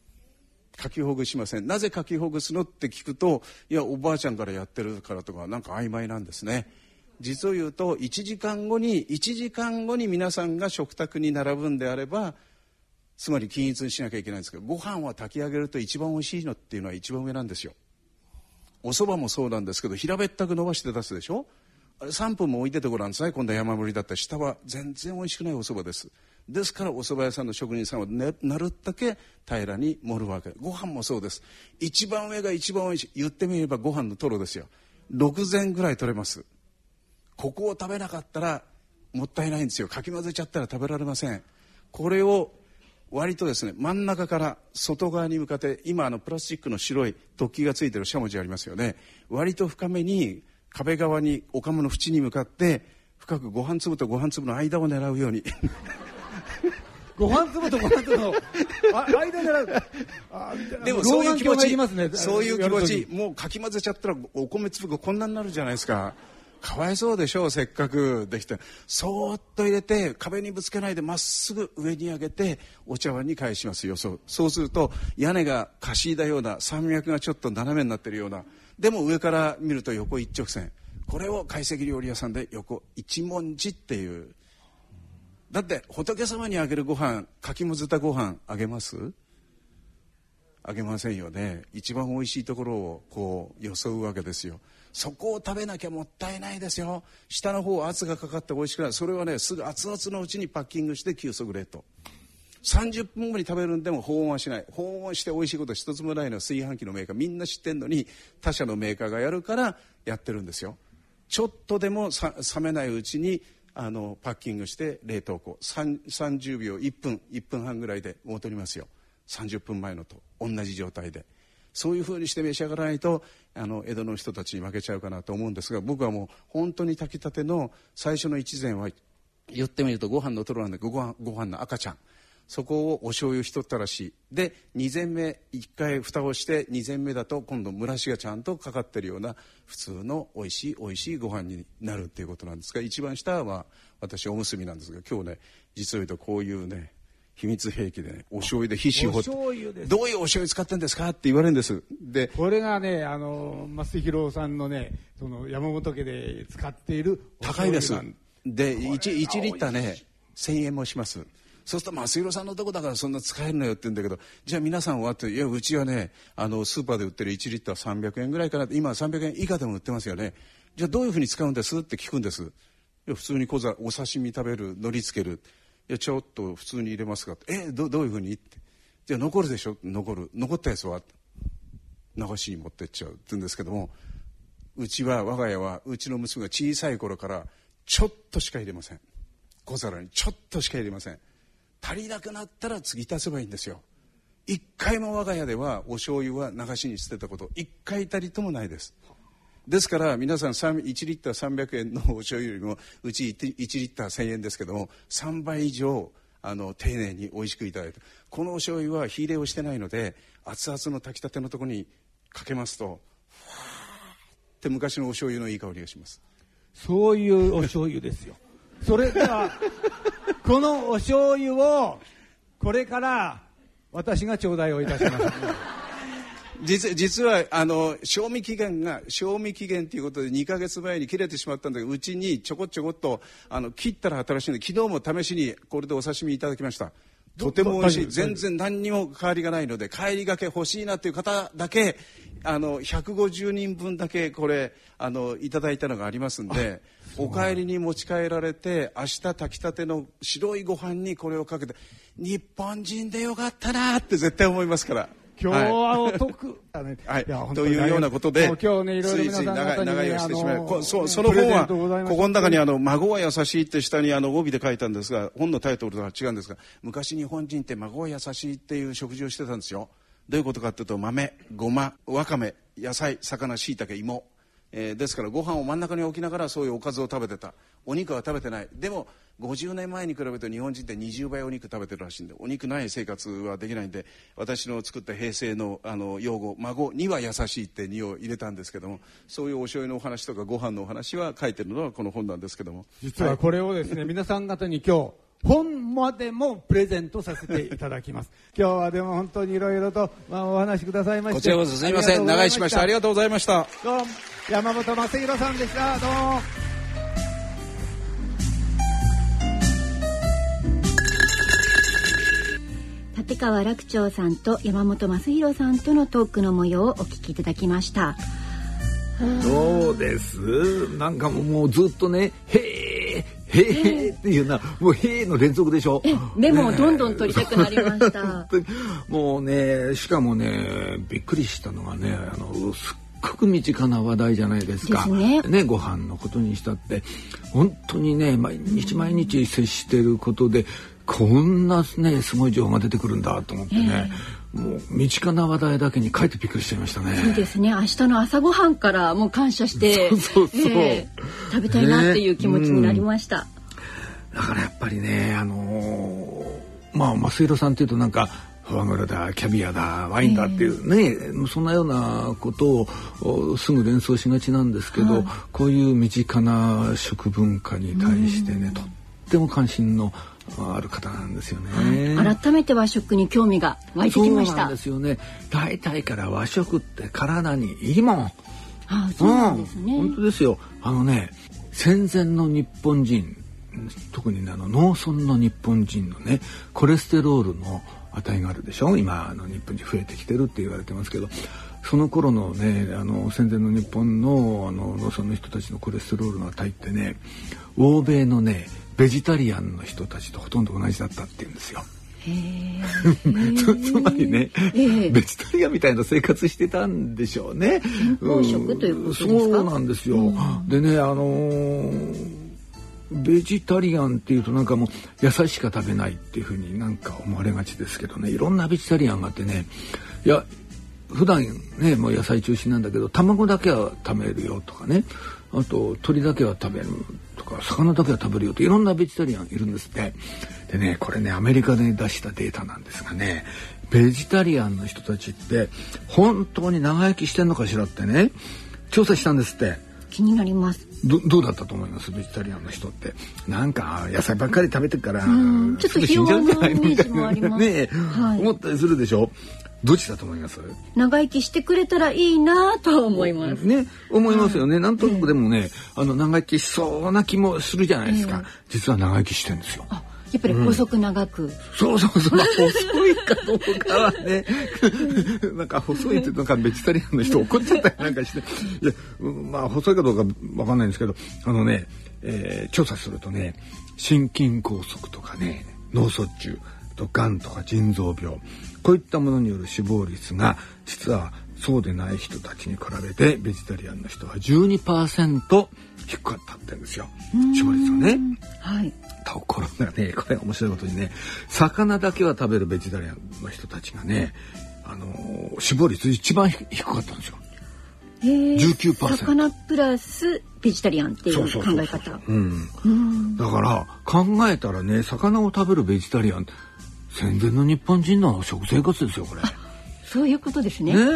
なぜかきほぐすのって聞くと、いやおばあちゃんからやってるからとか、なんか曖昧なんですね。実を言うと1時間後に皆さんが食卓に並ぶんであれば、つまり均一にしなきゃいけないんですけど、ご飯は炊き上げると一番美味しいのっていうのは一番上なんですよ。お蕎麦もそうなんですけど、平べったく伸ばして出すでしょ。あれ3分も置いててごらんなさい。今度は山盛りだったら下は全然美味しくないお蕎麦です。ですからお蕎麦屋さんの職人さんは、なるだけ平らに盛るわけ。ご飯もそうです。一番上が一番美味しい。言ってみればご飯のトロですよ。6膳ぐらい取れます。ここを食べなかったらもったいないんですよ。かき混ぜちゃったら食べられません。これを割とですね、真ん中から外側に向かって、今プラスチックの白い突起がついてるしゃもじありますよね。割と深めに壁側にお釜の縁に向かって深くご飯粒とご飯粒の間を狙うようにご飯粒とご飯粒の間狙う。 でもそういう気持ち、そういう気持ち、もうかき混ぜちゃったらお米粒がこんなになるじゃないですか。かわいそうでしょう。せっかくできて、そーっと入れて壁にぶつけないでまっすぐ上に上げてお茶碗に返しますよ。そうすると屋根がかしいだような、山脈がちょっと斜めになってるような、でも上から見ると横一直線。これを懐石料理屋さんで横一文字っていう。だって仏様にあげるご飯、かき混ぜたご飯あげます？あげませんよね。一番美味しいところをこう装うわけですよ。そこを食べなきゃもったいないですよ。下の方圧がかかって美味しくない。それはね、すぐ熱々のうちにパッキングして急速冷凍。30分後に食べるんでも保温はしない。保温して美味しいこと一つもないのは炊飯器のメーカー、みんな知ってんのに他社のメーカーがやるからやってるんですよ。ちょっとでも冷めないうちにパッキングして冷凍庫30秒1分半ぐらいで戻りますよ。30分前のと同じ状態で。そういうふうにして召し上がらないと江戸の人たちに負けちゃうかなと思うんですが、僕はもう本当に炊きたての最初の一膳は言ってみるとご飯のトロなんで、ご飯の赤ちゃん、そこをお醤油一たらしで、2膳目1回蓋をして2膳目だと今度蒸らしがちゃんとかかってるような普通の美味しいご飯になるっていうことなんですが、一番下は私おむすびなんですが、今日ね実を言うとこういうね秘密兵器でね、お醤油で皮脂を掘って、どういうお醤油使ってんですかって言われるんです。でこれがね増弘さんのね、その山本家で使っている高いです。で 1リッターね1000円もします。そうすると増弘さんのとこだからそんな使えるのよって言うんだけど、じゃあ皆さんはって、いやうちはねスーパーで売ってる1リッター300円ぐらいかなって、今300円以下でも売ってますよね。じゃあどういうふうに使うんですって聞くんです。いや普通にお刺身食べる、海苔つける、いやちょっと普通に入れますかって、どういうふうにって、じゃあ残るでしょ、残ったやつは流しに持ってっちゃうって言うんですけども、我が家はうちの娘が小さい頃からちょっとしか入れません。小皿にちょっとしか入れません。足りなくなったら次足せばいいんですよ。一回も我が家ではお醤油は流しに捨てたこと一回たりともないです。ですから皆さん1リッター300円のお醤油よりもうち1リッター1000円ですけども、3倍以上丁寧に美味しくいただいて、このお醤油は火入れをしてないので、熱々の炊きたてのところにかけますとって昔のお醤油のいい香りがします。 そういうお醤油ですよ。それではこのお醤油をこれから私が頂戴をいたします。 実は賞味期限ということで2ヶ月前に切れてしまったんだけど、うちにちょこっと切ったら新しいので、昨日も試しにこれでお刺身いただきました。とても美味しい。全然何にも変わりがないので、帰りがけ欲しいなという方だけ150人分だけこれいただいたのがありますんで、お帰りに持ち帰られて、明日炊きたての白いご飯にこれをかけて、日本人でよかったなって絶対思いますから。 今日はお得だね。 はい、というようなことで、 今日ね、いろいろ皆さん方に長居をしてしまう。その本はここの中に孫は優しいって下に帯で書いたんですが、本のタイトルとは違うんですが、昔日本人って孫は優しいっていう食事をしてたんですよ。どういうことかというと、豆、ごま、わかめ、野菜、魚、しいたけ、芋、ですからご飯を真ん中に置きながらそういうおかずを食べてた。お肉は食べてない。でも50年前に比べると日本人って20倍お肉食べてるらしいんで、お肉ない生活はできないんで、私の作った平成の用語、孫には優しいって2を入れたんですけども、そういうお醤油のお話とかご飯のお話は書いてるのはこの本なんですけども、 実はこれをですね、皆さん方に今日本までもプレゼントさせていただきます。今日はでも本当にいろいろとお話しくださいまして、 こちらこそすいません、長居しました。ありがとうございました。 どうも山本正弘さんでした。どうも。 立川楽長さんと山本正弘さんとのトークの模様をお聞きいただきました。 どうです？なんかもうずっとね、へーっていうな、もうへーの連続でしょ。 メモをどんどん取りたくなりました。 もうね、しかもね、びっくりしたのがね、すっごく身近な話題じゃないですか。 ですね。 ご飯のことにしたって本当にね、毎日接していることでこんなねすごい情報が出てくるんだと思ってね、もう身近な話題だけにかえってびっくりしちゃいましたね。 そうですね。明日の朝ごはんからもう感謝してそう食べたいなっていう気持ちになりました。 だからやっぱりね、増弘さんっていうとなんかフォアグラだ、キャビアだ、ワインだっていうね、そんなようなことをすぐ連想しがちなんですけど、こういう身近な食文化に対してね、とっても関心のある方なんですよね。 改めて和食に興味が湧いてきました。 そうなんですよね。大体から和食って体にいいもん。 そうなんですね。 本当ですよ。戦前の日本人、特に農村の日本人のね、コレステロールの値があるでしょ。今日本人増えてきてるって言われてますけど、その頃のね、戦前の日本の農村の人たちのコレステロールの値ってね、欧米のねベジタリアンの人たちとほとんど同じだったって言うんですよ。つまりね、ベジタリアンみたいな生活してたんでしょうね。 本食ということですか？ そうなんですよ。でね、ベジタリアンっていうとなんかもう野菜しか食べないっていうふうになんか思われがちですけどね、いろんなベジタリアンがあってね、いや普段ねもう野菜中心なんだけど、卵だけは食べるよとかね、あと鶏だけは食べるとか、魚だけは食べるよと、いろんなベジタリアンいるんですって。でね、これねアメリカで出したデータなんですがね、ベジタリアンの人たちって本当に長生きしてんのかしらってね、調査したんですって。 気になります。 どうだったと思います？ベジタリアンの人ってなんか野菜ばっかり食べてからちょっとひ弱なイメージもありますね、思ったりするでしょ。どっちだと思います？ 長生きしてくれたらいいなとは思いますね。思いますよね。なんとなくでもね、長生きしそうな気もするじゃないですか。実は長生きしてるんですよ。 やっぱり細く長く、 そう細いかどうかはねなんか細いってなんかベジタリアンの人怒っちゃったりなんかして、いや細いかどうかわかんないんですけど、調査するとね、心筋梗塞とかね、脳卒中とがんとか腎臓病、こういったものによる死亡率が実はそうでない人たちに比べてベジタリアンの人は 12% 低かったって言うんですよ、死亡率はね。ところがね、これ面白いことにね、魚だけは食べるベジタリアンの人たちがね、死亡率一番低かったんですよ。19%。 魚プラスベジタリアンっていう考え方。 だから考えたらね、魚を食べるベジタリアン、戦前の日本人の食生活ですよこれ。 そういうことですね。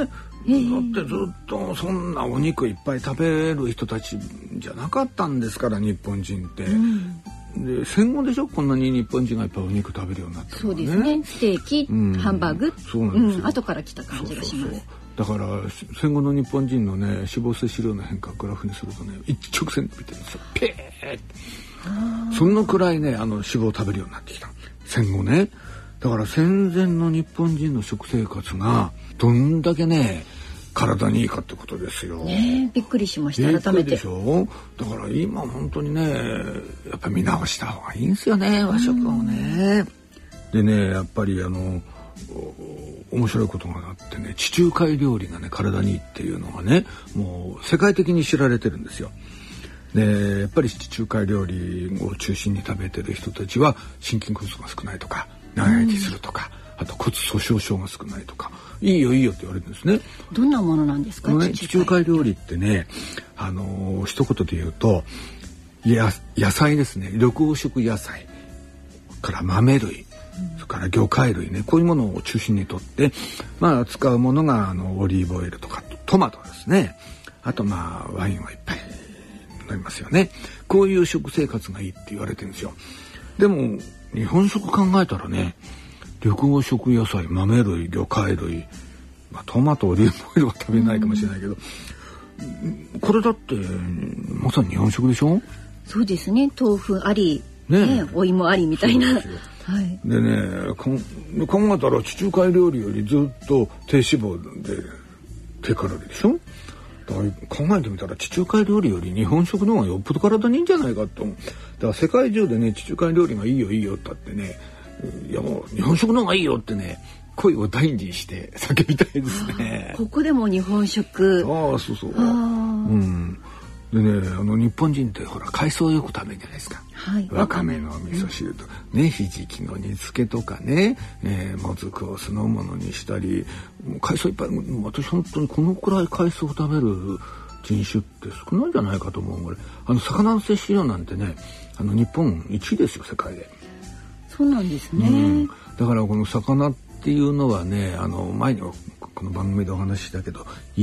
だってずっとそんなお肉いっぱい食べる人たちじゃなかったんですから日本人って、で戦後でしょこんなに日本人がいっぱいお肉食べるようになったのね。 そうですね。ステーキ、ハンバーグ、 そうなんですよ、 後から来た感じがします。 そうだから戦後の日本人のね脂肪摂取量の変化グラフにするとね一直線で見てるんですよ。ピーッそのくらいね脂肪を食べるようになってきた戦後ね。だから戦前の日本人の食生活がどんだけね体にいいかってことですよ。 びっくりしました。改めてでしょ。だから今本当にねやっぱり見直した方がいいんですよね和食をね。でねやっぱり面白いことがあってね地中海料理がね体にいいっていうのがねもう世界的に知られてるんですよ。でやっぱり地中海料理を中心に食べてる人たちは心筋梗塞が少ないとか長生きするとか、あと骨粗しょう症が少ないとかいいよいいよって言われるんですね。 どんなものなんですか？ 地中海料理ってね一言で言うと野菜ですね。緑黄色野菜から豆類それから魚介類ねこういうものを中心にとって使うものがオリーブオイルとかトマトですね。あとワインはいっぱい飲みますよね。こういう食生活がいいって言われてるんですよ。でも日本食考えたらね緑黄色野菜豆類魚介類、トマトオリーブオイルは食べないかもしれないけど、これだってまさに日本食でしょ。 そうですね。豆腐あり、お芋ありみたいな。 でね考えたら地中海料理よりずっと低脂肪で低カロリーでしょ。だから考えてみたら地中海料理より日本食の方がよっぽど体にいいんじゃないかと思う。だから世界中でね地中海料理がいいよいいよってってねいやもう日本食の方がいいよってね声を大にして叫びたいですね。 ここでも日本食。 そうでね日本人ってほら海藻をよく食べるじゃないですか。わかめの味噌汁とねひじきの煮付けとかね、もずくを酢の物にしたり海藻いっぱい。私本当にこのくらい海藻を食べる人種って少ないんじゃないかと思うぐらい魚の摂取量なんてね日本1位ですよ世界で。 そうなんですね。 だからこの魚っていうのはね前にこの番組でお話ししたけど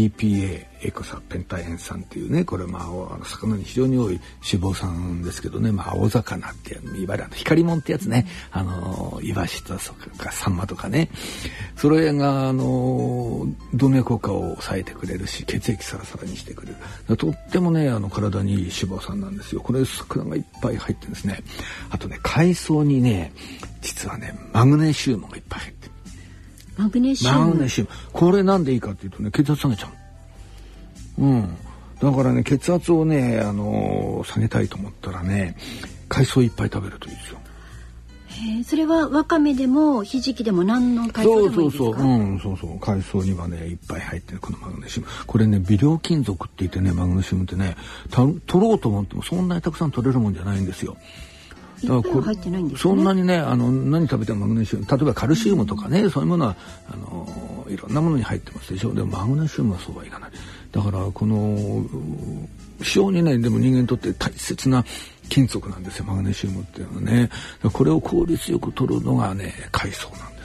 EPA エコサペンタエン酸っていうねこれ魚に非常に多い脂肪酸ですけどね青魚っていわゆる光もんってやつねイワシとかサンマとかねそれが動脈硬化を抑えてくれるし血液サラサラにしてくれるとってもね体にいい脂肪酸なんですよ。これ魚がいっぱい入ってるんですね。あとね海藻にね実はねマグネシウムがいっぱい入ってる。 マグネシウムこれなんでいいかっていうとね血圧下げちゃう。だからね血圧をね下げたいと思ったらね海藻いっぱい食べるといいですよ。 それはわかめでもひじきでも何の海藻でもいいですか？ そう海藻にはねいっぱい入ってるこのマグネシウム。これね微量金属って言ってねマグネシウムってね取ろうと思ってもそんなにたくさん取れるもんじゃないんですよ。 だから入ってないんですね。 そんなにね何食べてもマグネシウム例えばカルシウムとかねそういうものはいろんなものに入ってますでしょ。でもマグネシウムはそうはいかない。だからこの非常にねでも人間にとって大切な金属なんですよマグネシウムっていうのはね。これを効率よく取るのがね海藻なんです。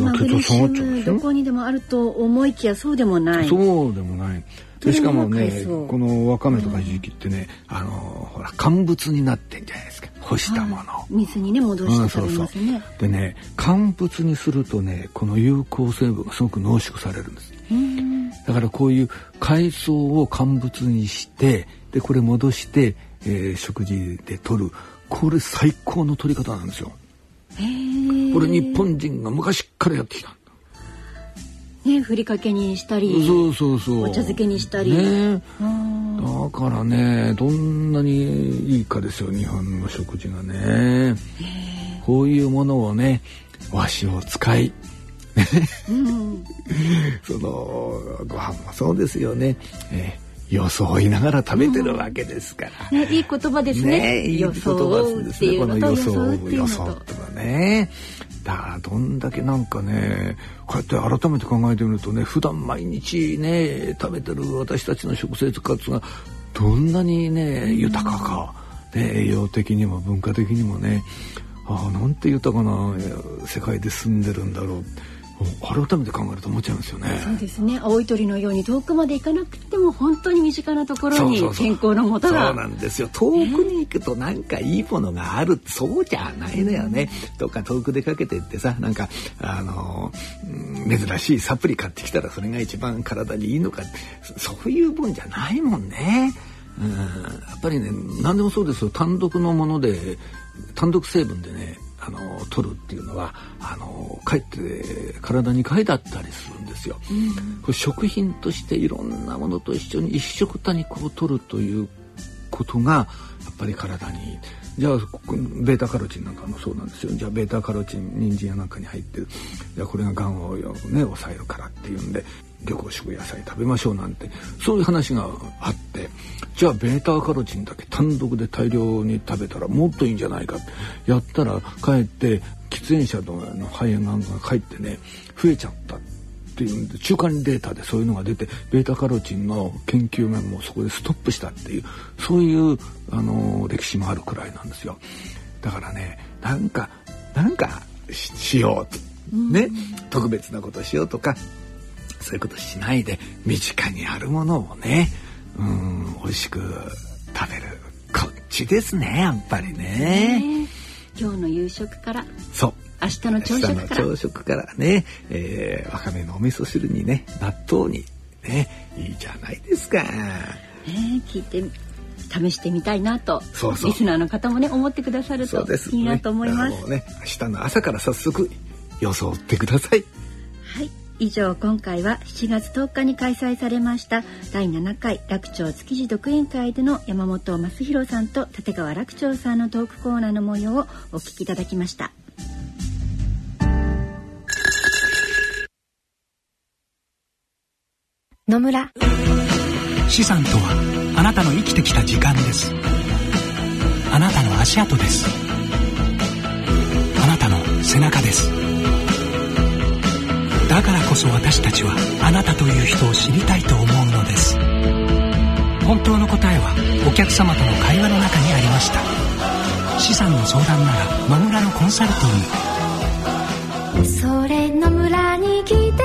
マグネシウムどこにでもあると思いきやそうでもない。 そうでもない。でしかもねこのわかめとかひじきってねほら乾物になってんじゃないですか。干したもの、 水にね戻して食べますね。 でね乾物にするとねこの有効成分がすごく濃縮されるんです。だからこういう海藻を乾物にしてでこれ戻して、食事で取るこれ最高の取り方なんですよ。これ日本人が昔からやってきた。 ふりかけにしたりそうお茶漬けにしたり、 だからねどんなにいいかですよ日本の食事がね。こういうものをね和紙を使いそのご飯もそうですよね。装いながら食べてるわけですから、 いい言葉ですね。 いい言葉ですね。この装ってのはね。だからどんだけなんかねこうやって改めて考えてみるとね普段毎日ね食べてる私たちの食生活がどんなにね豊かか、栄養的にも文化的にもねなんて豊かな世界で住んでるんだろう。 改めて考えると思っちゃいますよね。 そうですね。青い鳥のように遠くまで行かなくても本当に身近なところに健康のもとが。 そうなんですよ。遠くに行くとなんかいいものがある、そうじゃないのよね。とか遠く出かけてってさ、なんか珍しいサプリ買ってきたらそれが一番体にいいのか、そういうもんじゃないもんね。やっぱりね、何でもそうですよ。単独のもので、単独成分でね、取るっていうのはかえって体に害だったりするんですよ。これ食品としていろんなものと一緒に一緒くたにこう取るということがやっぱり体にいい。じゃあベータカロチンなんかもそうなんですよ。じゃあベータカロチン人参やなんかに入ってる、じゃあこれががんをね抑えるからっていうんで緑黄色野菜食べましょうなんて、そういう話があって、じゃあベータカロチンだけ単独で大量に食べたらもっといいんじゃないかってやったら、かえって喫煙者の肺炎がかえってね増えちゃったっていうんで、中間データでそういうのが出て、ベータカロチンの研究がもうそこでストップしたっていう、そういう歴史もあるくらいなんですよ。だからね、なんか しようとね、特別なことしようとかそういうことしないで、身近にあるものをね、美味しく食べる、こっちですね、やっぱりね。 今日の夕食から、 そう明日の朝食からね、わかめのお味噌汁にね、納豆にね、いいじゃないですか。 聞いて試してみたいなと、 そうリスナーの方もね思ってくださるといいなと思います。 もうね、明日の朝から早速装ってください。 はい。以上、今回は7月10日に開催されました第7回楽町築地独演会での山本正弘さんと立川楽長さんのトークコーナーの模様をお聞きいただきました。 野村。 資産とはあなたの生きてきた時間です。あなたの足跡です。あなたの背中です。だからこそ私たちはあなたという人を知りたいと思うのです。本当の答えはお客様との会話の中にありました。資産の相談なら野村のコンサルティング。 それ野村に来てみよう。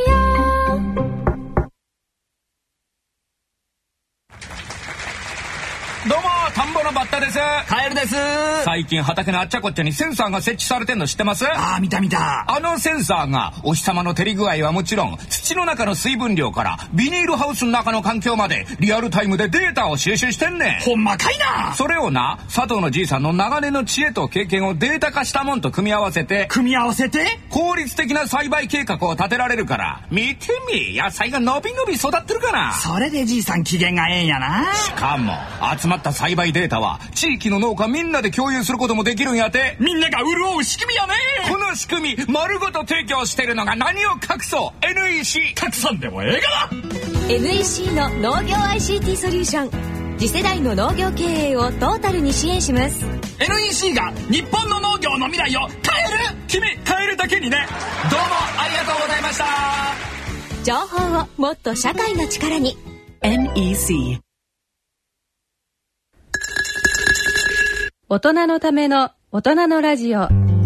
どうも、田んぼのバッタです。 カエルです。 最近畑のあっちゃこっちゃにセンサーが設置されてんの知ってます？ ああ、見た。 あのセンサーがお日様の照り具合はもちろん、土の中の水分量からビニールハウスの中の環境までリアルタイムでデータを収集してんねん。 ほんまかいな。 それをな、佐藤のじいさんの長年の知恵と経験をデータ化したもんと組み合わせて効率的な栽培計画を立てられるから、見てみ、野菜がのびのび育ってるかな。 それでじいさん機嫌がええんやな。 しかも集まった栽培データは地域の農家みんなで共有することもできるんやて。 みんなが潤う仕組みやね。 この仕組み丸ごと提供してるのが何を隠そう NEC。 たくさんでもええがな。 NEC の農業 ICT ソリューション、次世代の農業経営をトータルに支援します。 NEC が日本の農業の未来を変える。 君変えるだけにね。どうもありがとうございました。 情報をもっと社会の力に。 NEC。 大人のための大人のラジオ。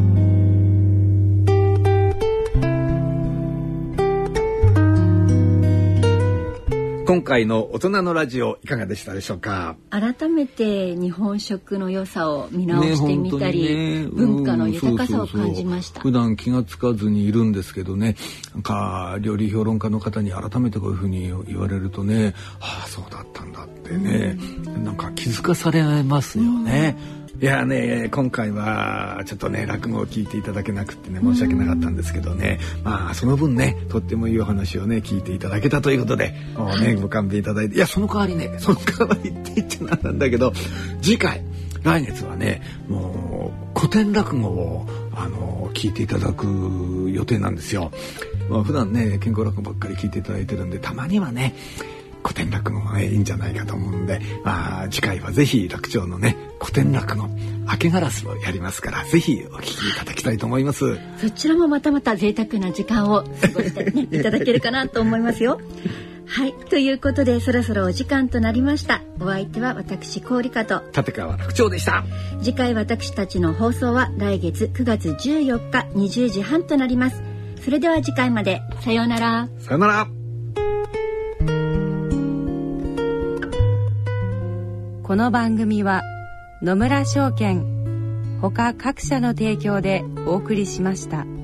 今回の大人のラジオいかがでしたでしょうか。 改めて日本食の良さを見直してみたり、文化の豊かさを感じました。 普段気がつかずにいるんですけどね、なんか料理評論家の方に改めてこういうふうに言われるとね、ああそうだったんだってね、なんか気づかされますよね。いやね、今回はちょっとね落語を聞いていただけなくてね申し訳なかったんですけどね、まあその分ねとってもいいお話をね聞いていただけたということで、もうねご勘弁いただいて、いやその代わりって言っちゃなんだけど、次回来月はねもう古典落語を聞いていただく予定なんですよ。まあ、普段ね健康落語ばっかり聞いていただいてるんで、たまにはね古典落語がねいいんじゃないかと思うんで、まあ、次回はぜひ楽長のね古典落語明けガラスをやりますから、ぜひお聞きいただきたいと思います。 そちらもまた贅沢な時間を過ごして、ね、いただけるかなと思いますよ。はい、ということでそろそろお時間となりました。お相手は私郡香と立川楽長でした。 次回私たちの放送は来月9月14日20時半となります。 それでは次回まで。さようなら。 さようなら。 この番組は野村証券他各社の提供でお送りしました。